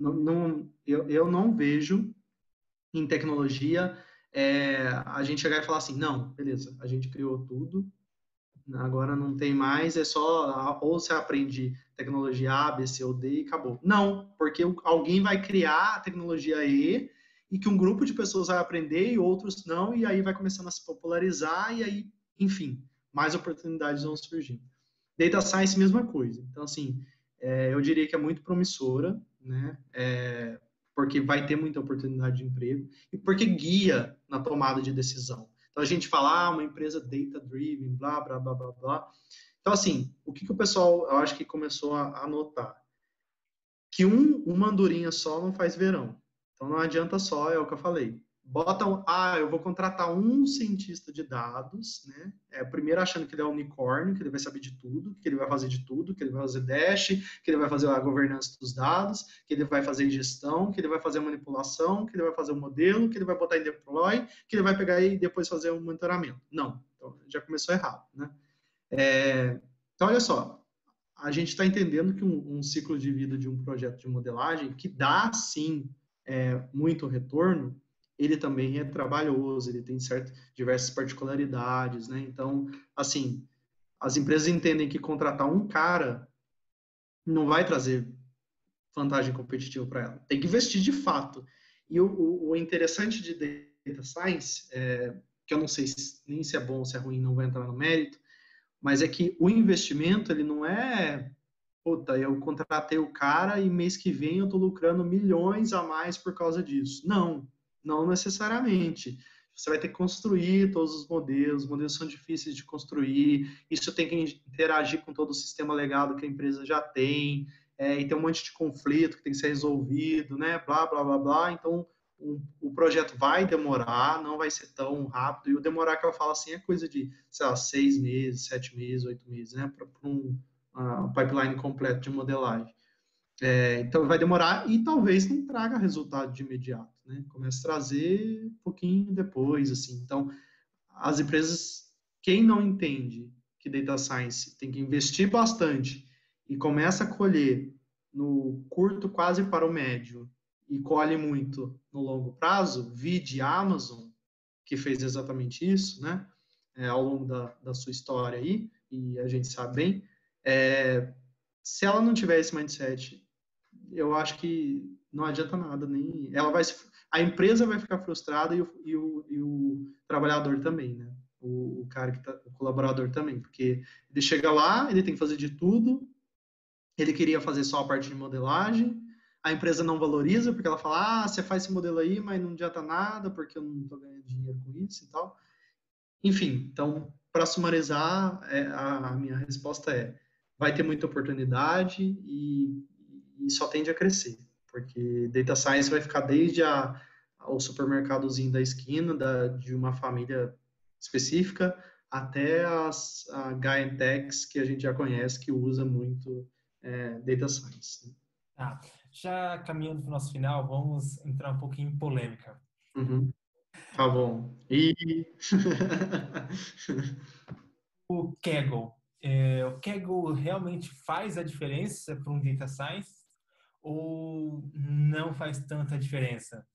Eu não vejo em tecnologia a gente chegar e falar assim, não, beleza, a gente criou tudo, agora não tem mais, é só ou você aprende tecnologia A, B, C ou D e acabou. Não, porque alguém vai criar a tecnologia e que um grupo de pessoas vai aprender e outros não, e aí vai começando a se popularizar e aí, enfim, mais oportunidades vão surgir. Data Science, mesma coisa. Então, assim, eu diria que é muito promissora, né? Porque vai ter muita oportunidade de emprego e porque guia na tomada de decisão. Então, a gente fala, uma empresa data-driven, blá, blá, blá, blá, blá. Então, assim, o que o pessoal, eu acho que começou a notar? Que uma andorinha só não faz verão. Então, não adianta só, é o que eu falei. Eu vou contratar um cientista de dados, né? Primeiro achando que ele é um unicórnio, que ele vai saber de tudo, que ele vai fazer de tudo, que ele vai fazer dash, que ele vai fazer a governança dos dados, que ele vai fazer gestão, que ele vai fazer a manipulação, que ele vai fazer o modelo, que ele vai botar em deploy, que ele vai pegar e depois fazer o monitoramento. Não, então já começou errado, né? Então, olha só, a gente está entendendo que um ciclo de vida de um projeto de modelagem, que dá, sim, muito retorno, ele também é trabalhoso, ele tem diversas particularidades, né? Então, assim, as empresas entendem que contratar um cara não vai trazer vantagem competitiva para ela. Tem que investir de fato. E o interessante de Data Science, que eu não sei nem se é bom ou se é ruim, não vou entrar no mérito, mas é que o investimento, ele não é, puta, eu contratei o cara e mês que vem eu estou lucrando milhões a mais por causa disso. Não, não necessariamente. Você vai ter que construir todos os modelos são difíceis de construir, isso tem que interagir com todo o sistema legado que a empresa já tem, e tem um monte de conflito que tem que ser resolvido, né, blá, blá, blá, blá. Então, o projeto vai demorar, não vai ser tão rápido, e o demorar que eu falo assim é coisa de, sei lá, 6 meses, 7 meses, 8 meses, né, para um pipeline completo de modelagem. Então, vai demorar e talvez não traga resultado de imediato, né? Comece a trazer um pouquinho depois, assim. Então, as empresas, quem não entende que Data Science tem que investir bastante e começa a colher no curto quase para o médio e colhe muito no longo prazo, vide Amazon, que fez exatamente isso, né? Ao longo da sua história aí, e a gente sabe bem, se ela não tiver esse mindset, eu acho que não adianta nada, nem a empresa vai ficar frustrada e o trabalhador também, né? O cara o colaborador também, porque ele chega lá, ele tem que fazer de tudo, ele queria fazer só a parte de modelagem, a empresa não valoriza, porque ela fala, você faz esse modelo aí, mas não adianta nada, porque eu não estou ganhando dinheiro com isso e tal. Enfim, então, para sumarizar, a minha resposta vai ter muita oportunidade e só tende a crescer, porque Data Science vai ficar desde o supermercadozinho da esquina, de uma família específica, até a Giant Techs, que a gente já conhece, que usa muito Data Science. Ah, já caminhando para o nosso final, vamos entrar um pouquinho em polêmica. Uhum. Tá bom. E... O Kaggle. O Kaggle realmente faz a diferença para um Data Science ou não faz tanta diferença?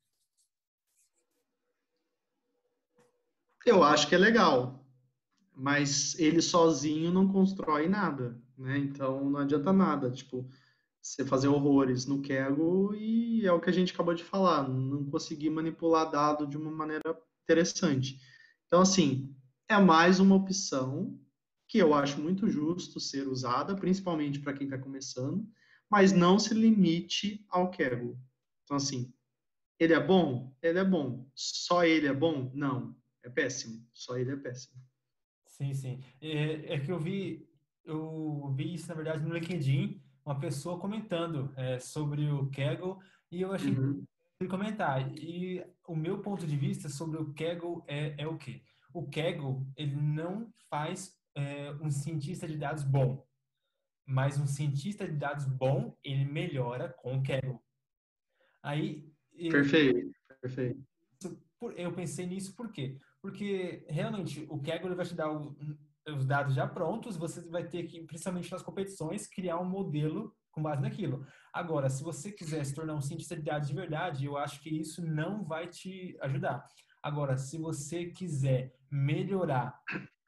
Eu acho que é legal, mas ele sozinho não constrói nada, né? Então não adianta nada, tipo, você fazer horrores no Kaggle e é o que a gente acabou de falar, não conseguir manipular dado de uma maneira interessante. Então, assim, é mais uma opção que eu acho muito justo ser usada, principalmente para quem está começando, mas não se limite ao Kaggle. Então, assim, ele é bom? Ele é bom. Só ele é bom? Não. É péssimo. Só ele é péssimo. Sim, sim. É que eu vi isso, na verdade, no LinkedIn, uma pessoa comentando sobre o Kaggle e eu achei Uhum. interessante comentar. E o meu ponto de vista sobre o Kaggle é o quê? O Kaggle, ele não faz um cientista de dados bom, mas um cientista de dados bom, ele melhora com o Kaggle. Aí, Perfeito, perfeito. eu pensei nisso por quê? Porque realmente o Kaggle ele vai te dar os dados já prontos, você vai ter que, principalmente nas competições, criar um modelo com base naquilo. Agora, se você quiser se tornar um cientista de dados de verdade, eu acho que isso não vai te ajudar. Agora, se você quiser melhorar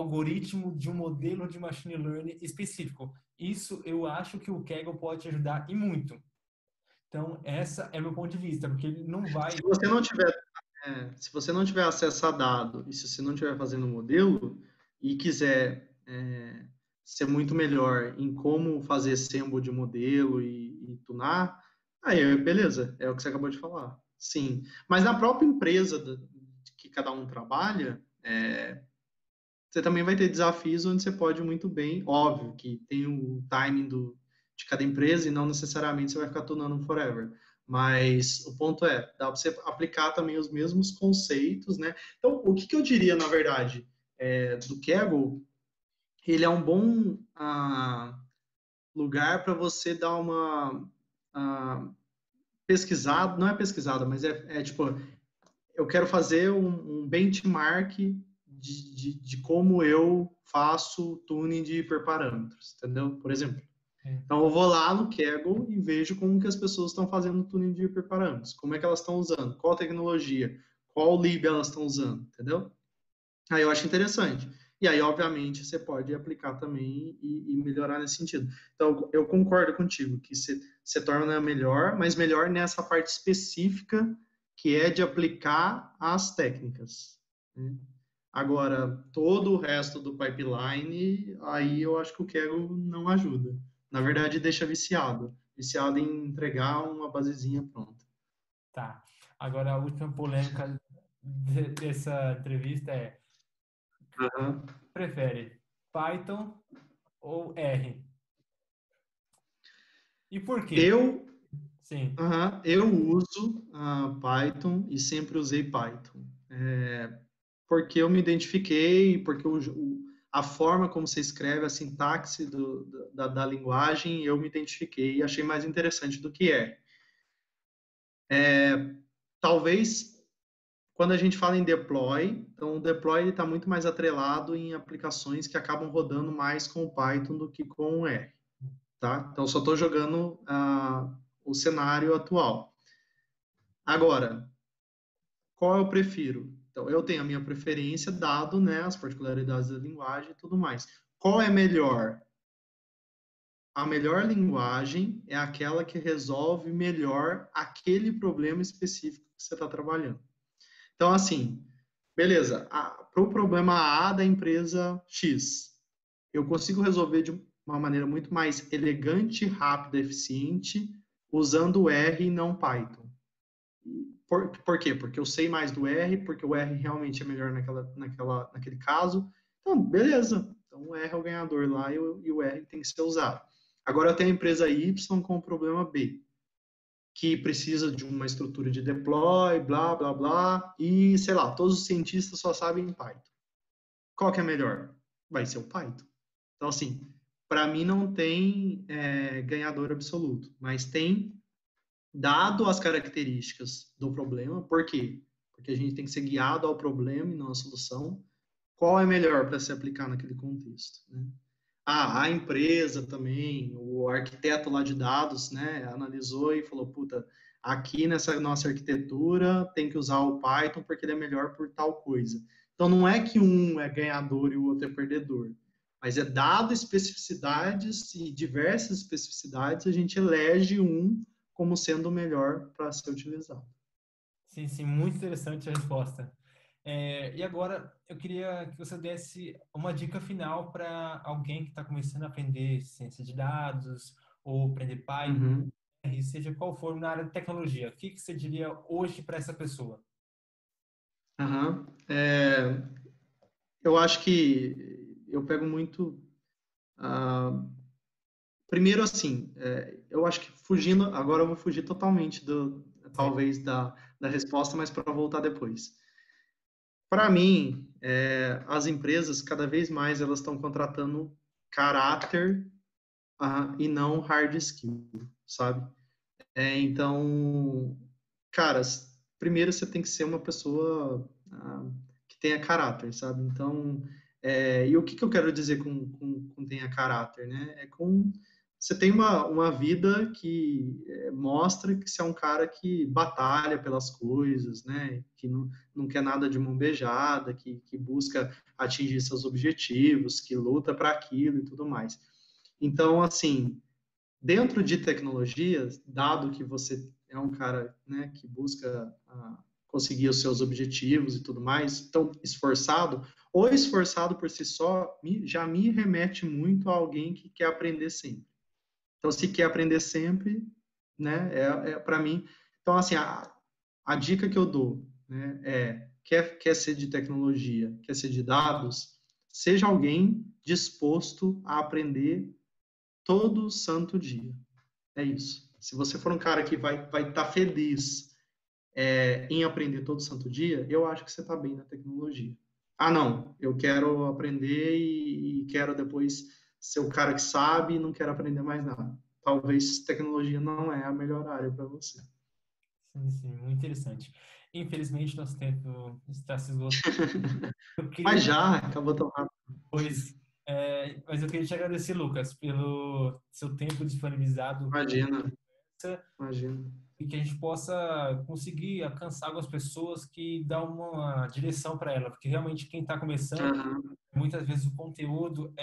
algoritmo de um modelo de machine learning específico. Isso eu acho que o Kaggle pode ajudar e muito. Então, essa é meu ponto de vista, porque ele não vai... Se você não tiver acesso a dado e se você não estiver fazendo modelo e quiser ser muito melhor em como fazer sample de modelo e tunar, aí beleza, é o que você acabou de falar. Sim, mas na própria empresa que cada um trabalha, você também vai ter desafios onde você pode muito bem, óbvio que tem o timing de cada empresa e não necessariamente você vai ficar tunando forever. Mas o ponto é, dá para você aplicar também os mesmos conceitos, né? Então, o que eu diria, na verdade, do Kaggle, ele é um bom lugar para você dar uma pesquisada, não é pesquisada, mas tipo, eu quero fazer um benchmark de como eu faço tuning de hiperparâmetros, entendeu? Por exemplo. Então, eu vou lá no Kaggle e vejo como que as pessoas estão fazendo tuning de hiperparâmetros, como é que elas estão usando, qual tecnologia, qual lib elas estão usando, entendeu? Aí eu acho interessante. E aí, obviamente, você pode aplicar também e melhorar nesse sentido. Então, eu concordo contigo que você torna melhor, mas melhor nessa parte específica que é de aplicar as técnicas, né? Agora, todo o resto do pipeline, aí eu acho que o Kaggle não ajuda. Na verdade, deixa viciado. Viciado em entregar uma basezinha pronta. Tá. Agora, a última polêmica dessa entrevista é: Uhum. prefere Python ou R? E por quê? Eu Sim. Eu uso Python e sempre usei Python. Porque eu me identifiquei, porque a forma como você escreve, a sintaxe da linguagem, eu me identifiquei e achei mais interessante do que é. Talvez, quando a gente fala em deploy, então o deploy está muito mais atrelado em aplicações que acabam rodando mais com o Python do que com o R. Tá? Então, só estou jogando o cenário atual. Agora, qual eu prefiro? Então, eu tenho a minha preferência, dado, né, as particularidades da linguagem e tudo mais. Qual é melhor? A melhor linguagem é aquela que resolve melhor aquele problema específico que você está trabalhando. Então, assim, beleza, para o problema A da empresa X, eu consigo resolver de uma maneira muito mais elegante, rápida, eficiente, usando o R e não Python. Por quê? Porque eu sei mais do R, porque o R realmente é melhor naquele caso. Então, beleza. Então, o R é o ganhador lá e o R tem que ser usado. Agora, eu tenho a empresa Y com o problema B, que precisa de uma estrutura de deploy, blá, blá, blá, e, sei lá, todos os cientistas só sabem em Python. Qual que é melhor? Vai ser o Python. Então, assim, para mim não tem ganhador absoluto, mas tem dado as características do problema, por quê? Porque a gente tem que ser guiado ao problema e não à solução. Qual é melhor para se aplicar naquele contexto, né? A empresa também, o arquiteto lá de dados, né, analisou e falou, puta, aqui nessa nossa arquitetura tem que usar o Python porque ele é melhor por tal coisa. Então não é que um é ganhador e o outro é perdedor, mas é dado especificidades e diversas especificidades, a gente elege um como sendo o melhor para ser utilizado. Sim, sim, muito interessante a resposta. E agora eu queria que você desse uma dica final para alguém que está começando a aprender ciência de dados ou aprender Python, Uhum. seja qual for na área de tecnologia. O que você diria hoje para essa pessoa? Uhum. Eu acho que eu pego muito. Primeiro, assim, eu acho que fugindo, agora eu vou fugir totalmente Sim. talvez da resposta, mas para voltar depois. Para mim, as empresas cada vez mais elas estão contratando caráter e não hard skill, sabe? Então, cara, primeiro você tem que ser uma pessoa que tenha caráter, sabe? Então, e o que eu quero dizer com tenha caráter, né? você tem uma vida que mostra que você é um cara que batalha pelas coisas, né? Que não quer nada de mão beijada, que busca atingir seus objetivos, que luta para aquilo e tudo mais. Então, assim, dentro de tecnologias, dado que você é um cara, né, que busca conseguir os seus objetivos e tudo mais, tão esforçado, o esforçado por si só já me remete muito a alguém que quer aprender sempre. Então, se quer aprender sempre, né, para mim. Então, assim, a dica que eu dou, né, quer ser de tecnologia, quer ser de dados, seja alguém disposto a aprender todo santo dia. É isso. Se você for um cara que vai estar feliz em aprender todo santo dia, eu acho que você está bem na tecnologia. Ah, não, eu quero aprender e quero depois ser o cara que sabe e não quero aprender mais nada. Talvez tecnologia não é a melhor área para você. Sim, sim, muito interessante. Infelizmente, nosso tempo está se esgotando. Eu Mas queria, já, acabou tão rápido. pois, mas eu queria te agradecer, Lucas, pelo seu tempo disponibilizado Imagina, imagina. e que a gente possa conseguir alcançar algumas pessoas que dão uma direção para ela, porque realmente quem está começando, Uhum. muitas vezes o conteúdo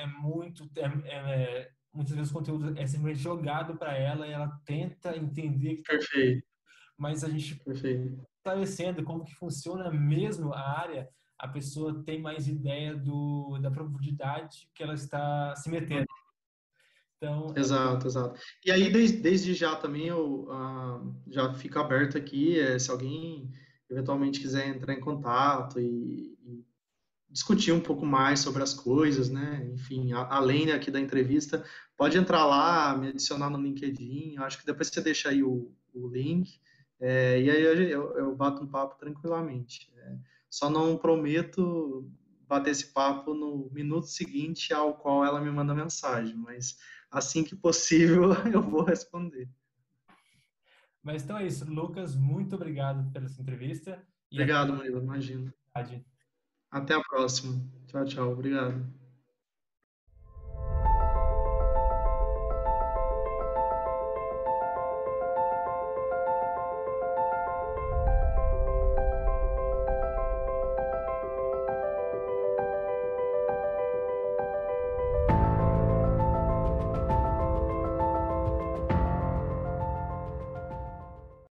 muitas vezes o conteúdo é simplesmente jogado para ela e ela tenta entender o que está, Perfeito, mas a gente perfeito. esclarecendo como que funciona mesmo a área, a pessoa tem mais ideia da profundidade que ela está se metendo. Então, Exato, exato. E aí, desde já também, eu já fico aberto aqui, se alguém eventualmente quiser entrar em contato e discutir um pouco mais sobre as coisas, né? Enfim, além aqui da entrevista, pode entrar lá, me adicionar no LinkedIn, eu acho que depois você deixa aí o link, e aí eu bato um papo tranquilamente. Só não prometo bater esse papo no minuto seguinte ao qual ela me manda mensagem, mas assim que possível eu vou responder. mas então é isso, Lucas, muito obrigado pela sua entrevista e até Obrigado, Murilo, imagino. a Até a próxima. Tchau, tchau. Obrigado.